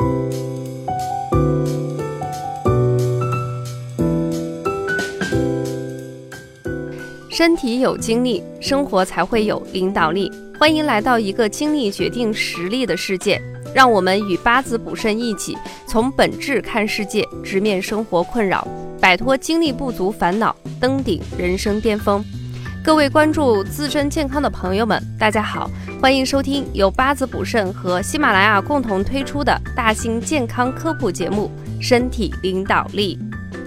身体有精力，生活才会有领导力。欢迎来到一个精力决定实力的世界，让我们与八字补肾一起，从本质看世界，直面生活困扰，摆脱精力不足烦恼，登顶人生巅峰。各位关注自身健康的朋友们，大家好，欢迎收听由八字补肾和喜马拉雅共同推出的大型健康科普节目《身体领导力》。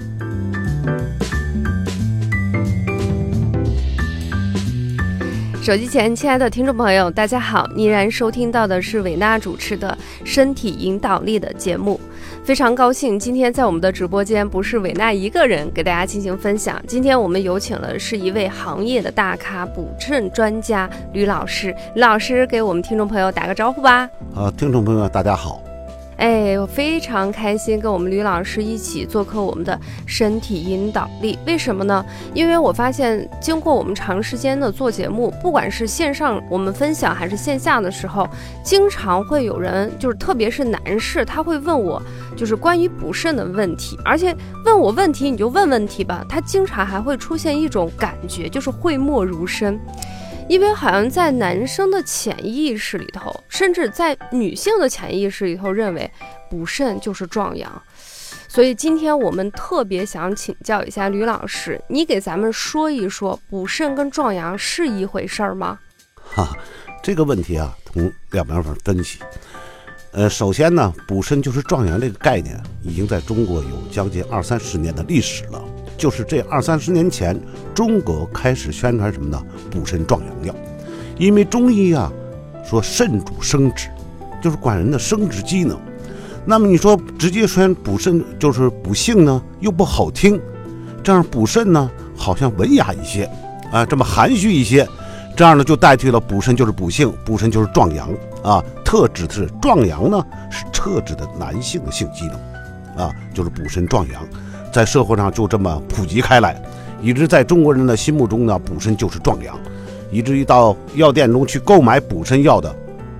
手机前亲爱的听众朋友大家好，你依然收听到的是伟娜主持的身体引导力的节目。非常高兴今天在我们的直播间不是伟娜一个人给大家进行分享，今天我们有请了是一位行业的大咖，补肾专家吕老师。吕老师给我们听众朋友打个招呼吧。 听众朋友大家好。 我非常开心跟我们吕老师一起做客我们的身体引导力。为什么呢？因为我发现经过我们长时间的做节目，不管是线上我们分享还是线下的时候，经常会有人就是特别是男士，他会问我就是关于补肾的问题，而且问我问题你就问问题吧，他经常还会出现一种感觉，就是讳莫如深。因为好像在男生的潜意识里头，甚至在女性的潜意识里头，认为补肾就是壮阳。所以今天我们特别想请教一下吕老师，你给咱们说一说补肾跟壮阳是一回事儿吗？ 这个问题啊，从两方面分析。首先呢，补肾就是壮阳这个概念已经在中国有将近20-30年的历史了。就是这20-30年前，中国开始宣传什么呢？补肾壮阳药。因为中医啊说肾主生殖，就是管人的生殖机能。那么你说直接说补肾就是补性呢，又不好听。这样补肾呢，好像文雅一些啊，这么含蓄一些。这样呢，就代替了补肾就是补性，补肾就是壮阳啊。特指的是壮阳呢，是特指的男性的性机能啊，就是补肾壮阳。在社会上就这么普及开来，以致在中国人的心目中呢，补肾就是壮阳，以至于到药店中去购买补肾药的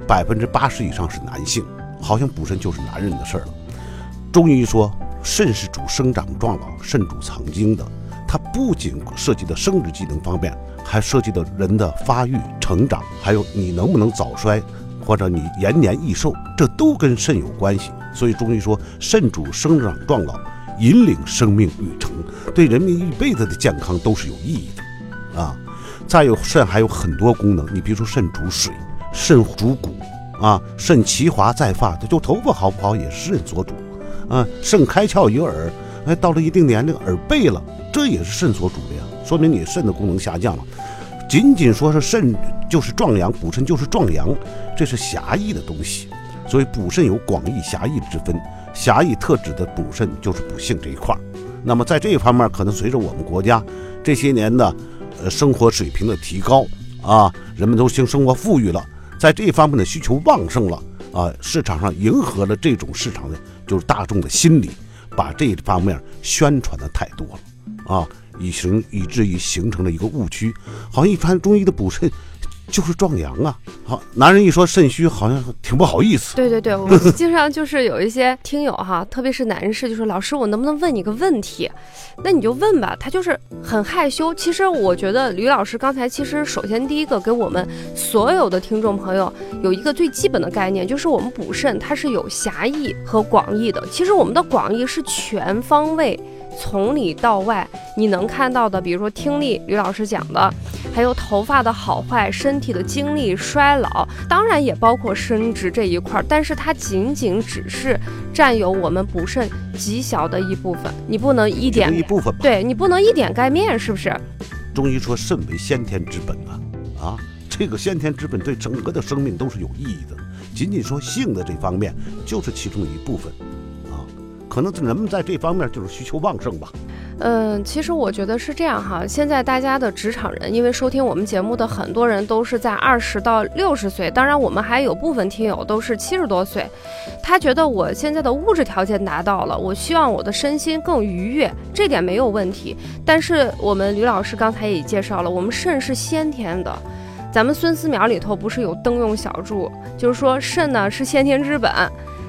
80%以上是男性，好像补肾就是男人的事儿了。中医说肾是主生长壮老，肾主藏精的，它不仅涉及到生殖机能方面，还涉及到人的发育成长，还有你能不能早衰或者你延年益寿，这都跟肾有关系。所以中医说肾主生长壮老，引领生命旅程，对人民一辈子的健康都是有意义的啊。再有肾还有很多功能，你比如说肾主水，肾主骨啊，肾其华在发，就头发好不好也是肾所主啊。肾开窍于耳，到了一定年龄耳背了，这也是肾所主的呀，说明你肾的功能下降了。仅仅说是肾就是壮阳，补肾就是壮阳，这是狭义的东西。所以补肾有广义狭义之分，狭义特指的补肾就是补性这一块。那么在这一方面，可能随着我们国家这些年的生活水平的提高啊，人们都生活富裕了，在这一方面的需求旺盛了啊，市场上迎合了这种市场的就是大众的心理，把这一方面宣传的太多了啊，以至于形成了一个误区，好像一般中医的补肾就是壮阳啊。好，男人一说肾虚好像挺不好意思。 对，我们经常就是有一些听友哈，特别是男士，就说老师我能不能问你个问题？那你就问吧，他就是很害羞。其实我觉得吕老师刚才其实首先第一个给我们所有的听众朋友有一个最基本的概念，就是我们补肾它是有狭义和广义的。其实我们的广义是全方位，从里到外你能看到的，比如说听力吕老师讲的，还有头发的好坏，身体的精力衰老，当然也包括生殖这一块，但是它仅仅只是占有我们补肾极小的一部分，你不能一点一部分， 对，你不能一点盖面，是不是？ 中医说肾为先天之本啊，这个先天之本对整个的生命都是有意义的，仅仅说性的这方面就是其中的一部分啊，可能人们在这方面就是需求旺盛吧。 其实我觉得是这样哈，现在大家的职场人，因为收听我们节目的很多人都是在20到60岁，当然我们还有部分听友都是70多岁，他觉得我现在的物质条件达到了，我希望我的身心更愉悦，这点没有问题。但是我们吕老师刚才也介绍了，我们肾是先天的，咱们孙思邈里头不是有灯用小注，就是说肾呢是先天之本，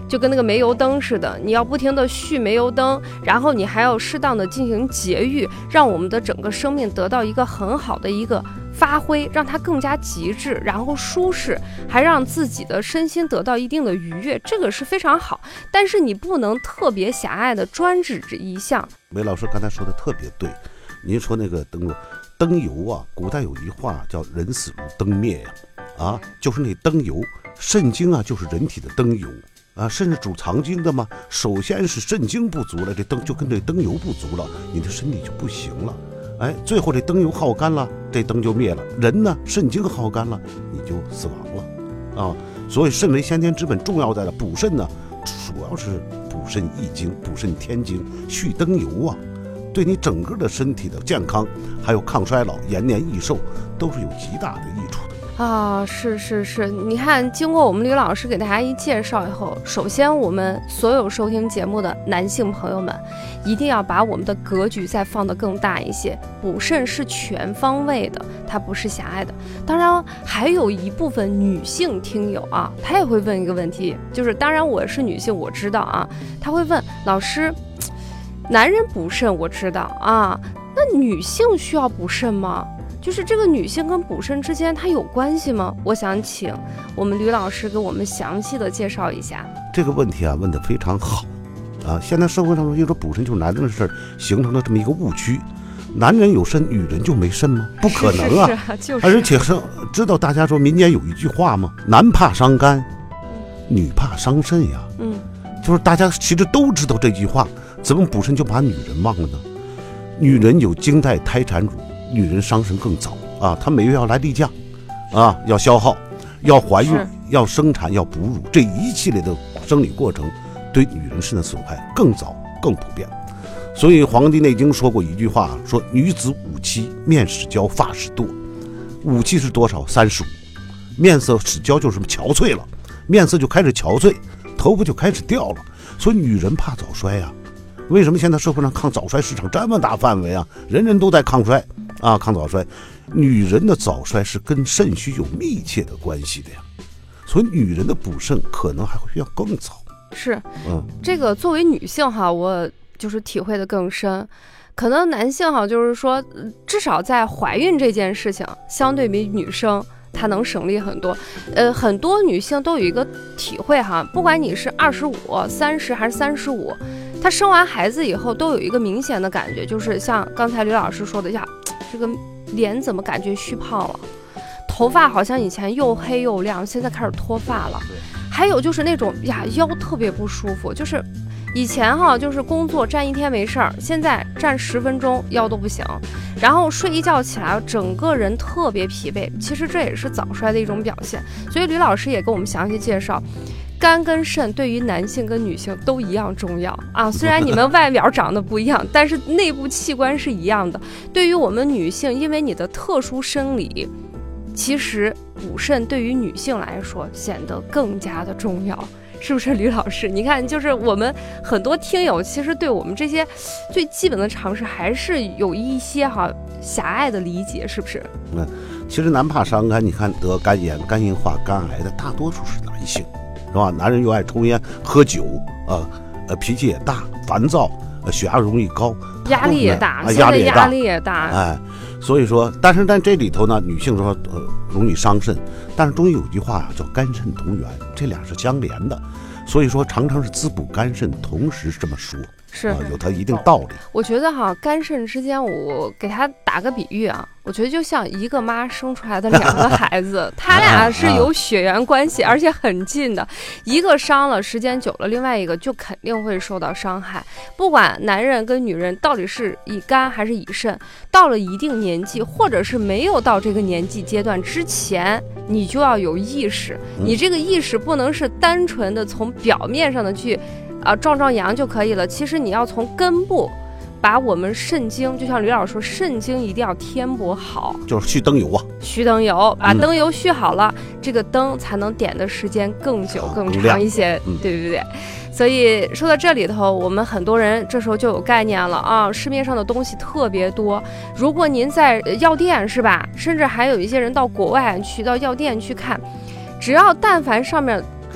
就跟那个煤油灯似的，你要不停的续煤油灯，然后你还要适当的进行节育，让我们的整个生命得到一个很好的一个发挥，让它更加极致，然后舒适，还让自己的身心得到一定的愉悦，这个是非常好。但是你不能特别狭隘的专指一项。 梅老师刚才说的特别对，您说那个灯油啊，古代有一句话叫人死如灯灭呀，就是那灯油，肾精啊就是人体的灯油啊，甚至主藏精的嘛，首先是肾精不足了，这灯就跟这灯油不足了，你的身体就不行了。最后这灯油耗干了，这灯就灭了。人呢，肾精耗干了，你就死亡了啊。所以肾为先天之本，重要在了补肾呢，主要是补肾益精、补肾添精、续灯油啊，对你整个的身体的健康，还有抗衰老、延年益寿，都是有极大的益处的。 是，你看，经过我们吕老师给大家一介绍以后，首先我们所有收听节目的男性朋友们，一定要把我们的格局再放得更大一些。补肾是全方位的，它不是狭隘的。当然，还有一部分女性听友啊，她也会问一个问题，就是当然我是女性，我知道啊，她会问老师，男人补肾我知道啊，那女性需要补肾吗？就是这个女性跟补肾之间它有关系吗？我想请我们吕老师给我们详细的介绍一下。 这个问题啊问得非常好啊！现在社会上就说补肾就是男人的事儿，形成了这么一个误区，男人有肾，女人就没肾吗？不可能啊！而且是知道大家说民间有一句话吗？男怕伤肝，女怕伤肾呀。就是大家其实都知道这句话，怎么补肾就把女人忘了呢？女人有经带胎产乳，女人伤肾更早啊，她每月要来例假啊，要消耗，要怀孕，要生产，要哺乳，这一系列的生理过程对女人肾的损害更早更普遍。所以《黄帝内经》说过一句话，说女子5期，面始焦，发始堕。5期是多少？35。面色始焦就是憔悴了，面色就开始憔悴，头发就开始掉了。所以女人怕早衰呀。为什么现在社会上抗早衰市场这么大范围啊？人人都在抗衰啊，抗早衰。女人的早衰是跟肾虚有密切的关系的呀，所以女人的补肾可能还会要更早。 是，这个作为女性哈，我就是体会的更深。可能男性哈，就是说，至少在怀孕这件事情，相对比女生它能省力很多。很多女性都有一个体会哈，不管你是25、30还是35。她生完孩子以后都有一个明显的感觉，就是像刚才吕老师说的呀，这个脸怎么感觉虚胖了，头发好像以前又黑又亮，现在开始脱发了，还有就是那种呀腰特别不舒服，就是以前哈就是工作站一天没事儿，现在站10分钟腰都不行，然后睡一觉起来整个人特别疲惫，其实这也是早衰的一种表现。所以吕老师也给我们详细介绍，肝跟肾对于男性跟女性都一样重要啊！虽然你们外表长得不一样，但是内部器官是一样的。对于我们女性，因为你的特殊生理，其实补肾对于女性来说显得更加的重要，是不是吕老师？你看，就是我们很多听友其实对我们这些最基本的常识还是有一些狭隘的理解，是不是？ 其实男怕伤肝，你看得肝炎、肝硬化、肝癌的大多数是男性。是吧？男人又爱抽烟、喝酒，脾气也大、烦躁，血压容易高， 压力也大，压力也大， 所以说，但这里头呢，女性说容易伤肾，但是中医有句话叫肝肾同源，这俩是相连的，所以说常常是滋补肝肾，同时这么说。是有它一定道理。 我觉得肝肾之间，我给他打个比喻啊，我觉得就像一个妈生出来的2个孩子，他俩是有血缘关系，而且很近的。一个伤了，时间久了，另外一个就肯定会受到伤害。不管男人跟女人到底是以肝还是以肾，到了一定年纪，或者是没有到这个年纪阶段之前，你就要有意识。你这个意识不能是单纯的从表面上的去壮阳就可以了。其实你要从根部把我们肾精，就像吕老师说，肾精一定要添补好， 就是续灯油啊， 续灯油，把灯油续好了，这个灯才能点的时间更久更长一些，对不对？所以说到这里头，我们很多人这时候就有概念了啊，市面上的东西特别多，如果您在药店是吧，甚至还有一些人到国外去到药店去看，只要但凡上面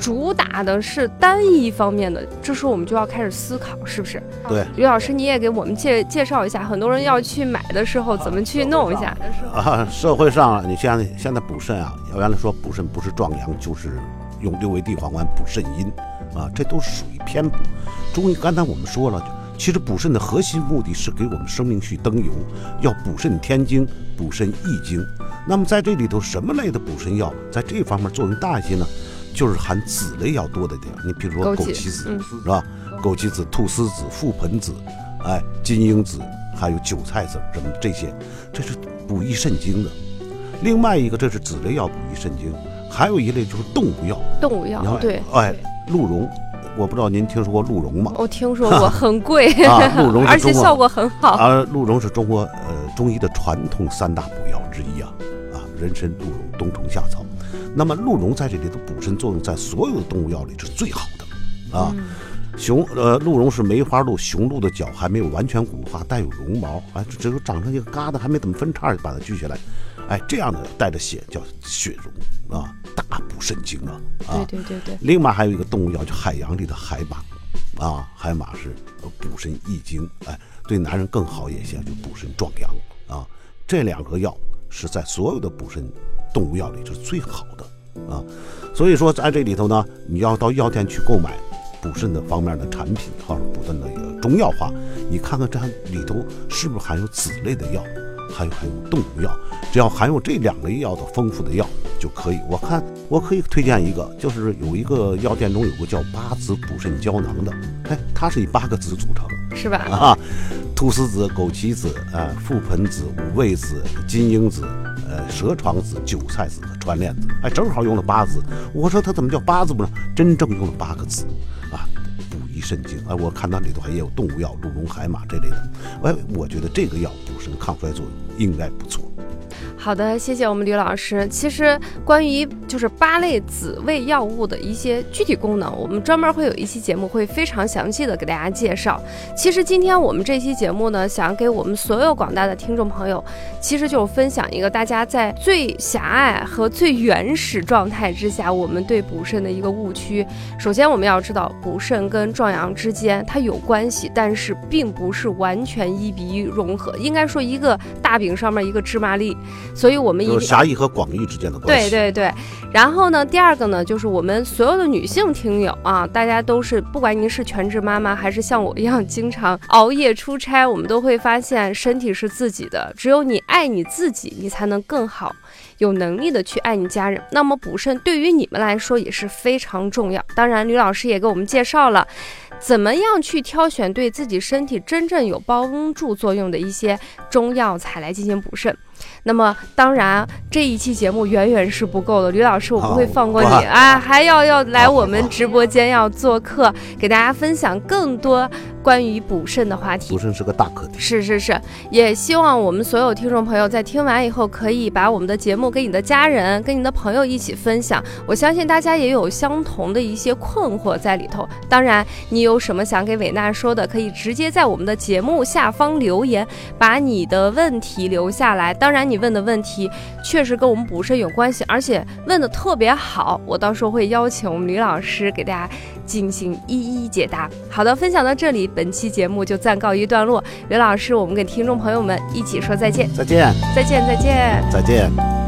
主打的是单一方面的，这时候我们就要开始思考，是不是？ 对， 吕老师你也给我们介绍一下，很多人要去买的时候怎么去弄一下社会上你现在补肾啊，原来说补肾不是壮阳，就是用六味地黄丸补肾阴啊，这都是属于偏补。中医刚才我们说了，其实补肾的核心目的是给我们生命去灯油，要补肾填精，补肾益精。那么在这里头什么类的补肾药在这方面作用大一些呢？就是含子类药多的点，你比如说枸杞子，是吧？枸杞子、菟丝子、覆盆子，金樱子，还有韭菜子，什么这些，这是补益肾精的。另外一个，这是子类药补益肾精，还有一类就是动物药。 动物药，对， 鹿茸。我不知道您听说过鹿茸吗？ 我听说过，很贵鹿茸而且效果很好鹿茸是中国中医的传统3大补药之一人参、鹿茸、冬虫夏草。那么鹿茸在这里的补肾作用，在所有的动物药里是最好的鹿茸是梅花鹿、雄鹿的角还没有完全骨化，带有绒毛，只有长成一个疙瘩，还没怎么分叉就把它锯下来，这样的带着血叫血茸大补肾精对。 另外还有一个动物药，就海洋里的海马海马是补肾益精，对男人更好一些，就补肾壮阳这2个药是在所有的补肾动物药里是最好的所以说在这里头呢，你要到药店去购买补肾的方面的产品或者补肾的中药话，你看看这里头是不是含有子类的药，还有动物药，只要含有这2类药的丰富的药就可以。我可以推荐一个，就是有一个药店中有个叫8子补肾胶囊的，它是以8个子组成， 是吧？ 菟丝子、枸杞子、覆盆子、五味子、金樱子、蛇床子、韭菜子和川链子，正好用了8子。我说它怎么叫8子不呢？真正用了8个子补益肾精。我看到里头还有动物药，鹿茸、海马这类的。我觉得这个药补肾抗衰作用应该不错。 好的，谢谢我们吕老师。其实关于就是8类子味药物的一些具体功能，我们专门会有一期节目会非常详细的给大家介绍。其实今天我们这期节目呢，想给我们所有广大的听众朋友，其实就是分享一个大家在最狭隘和最原始状态之下，我们对补肾的一个误区。首先我们要知道，补肾跟壮阳之间它有关系，但是并不是完全1比1融合，应该说一个大饼上面一个芝麻粒。所以我们有狭义和广义之间的关系。 对。然后呢，第2个呢，就是我们所有的女性听友大家都是，不管您是全职妈妈，还是像我一样经常熬夜出差，我们都会发现身体是自己的，只有你爱你自己，你才能更好有能力的去爱你家人。那么补肾对于你们来说也是非常重要。当然吕老师也给我们介绍了怎么样去挑选对自己身体真正有帮助作用的一些中药材来进行补肾。那么当然这一期节目远远是不够的，吕老师我不会放过你还要来我们直播间要做客，给大家分享更多关于补肾的话题。 补肾是个大课题， 是，也希望我们所有听众朋友在听完以后，可以把我们的节目跟你的家人、跟你的朋友一起分享。我相信大家也有相同的一些困惑在里头。当然，你有什么想给伟娜说的，可以直接在我们的节目下方留言，把你的问题留下来。当然，你问的问题确实跟我们补肾有关系，而且问的特别好，我到时候会邀请我们吕老师给大家进行一一解答。好的，分享到这里，本期节目就暂告一段落。吕老师，我们跟听众朋友们一起说再见。 再见。 再见。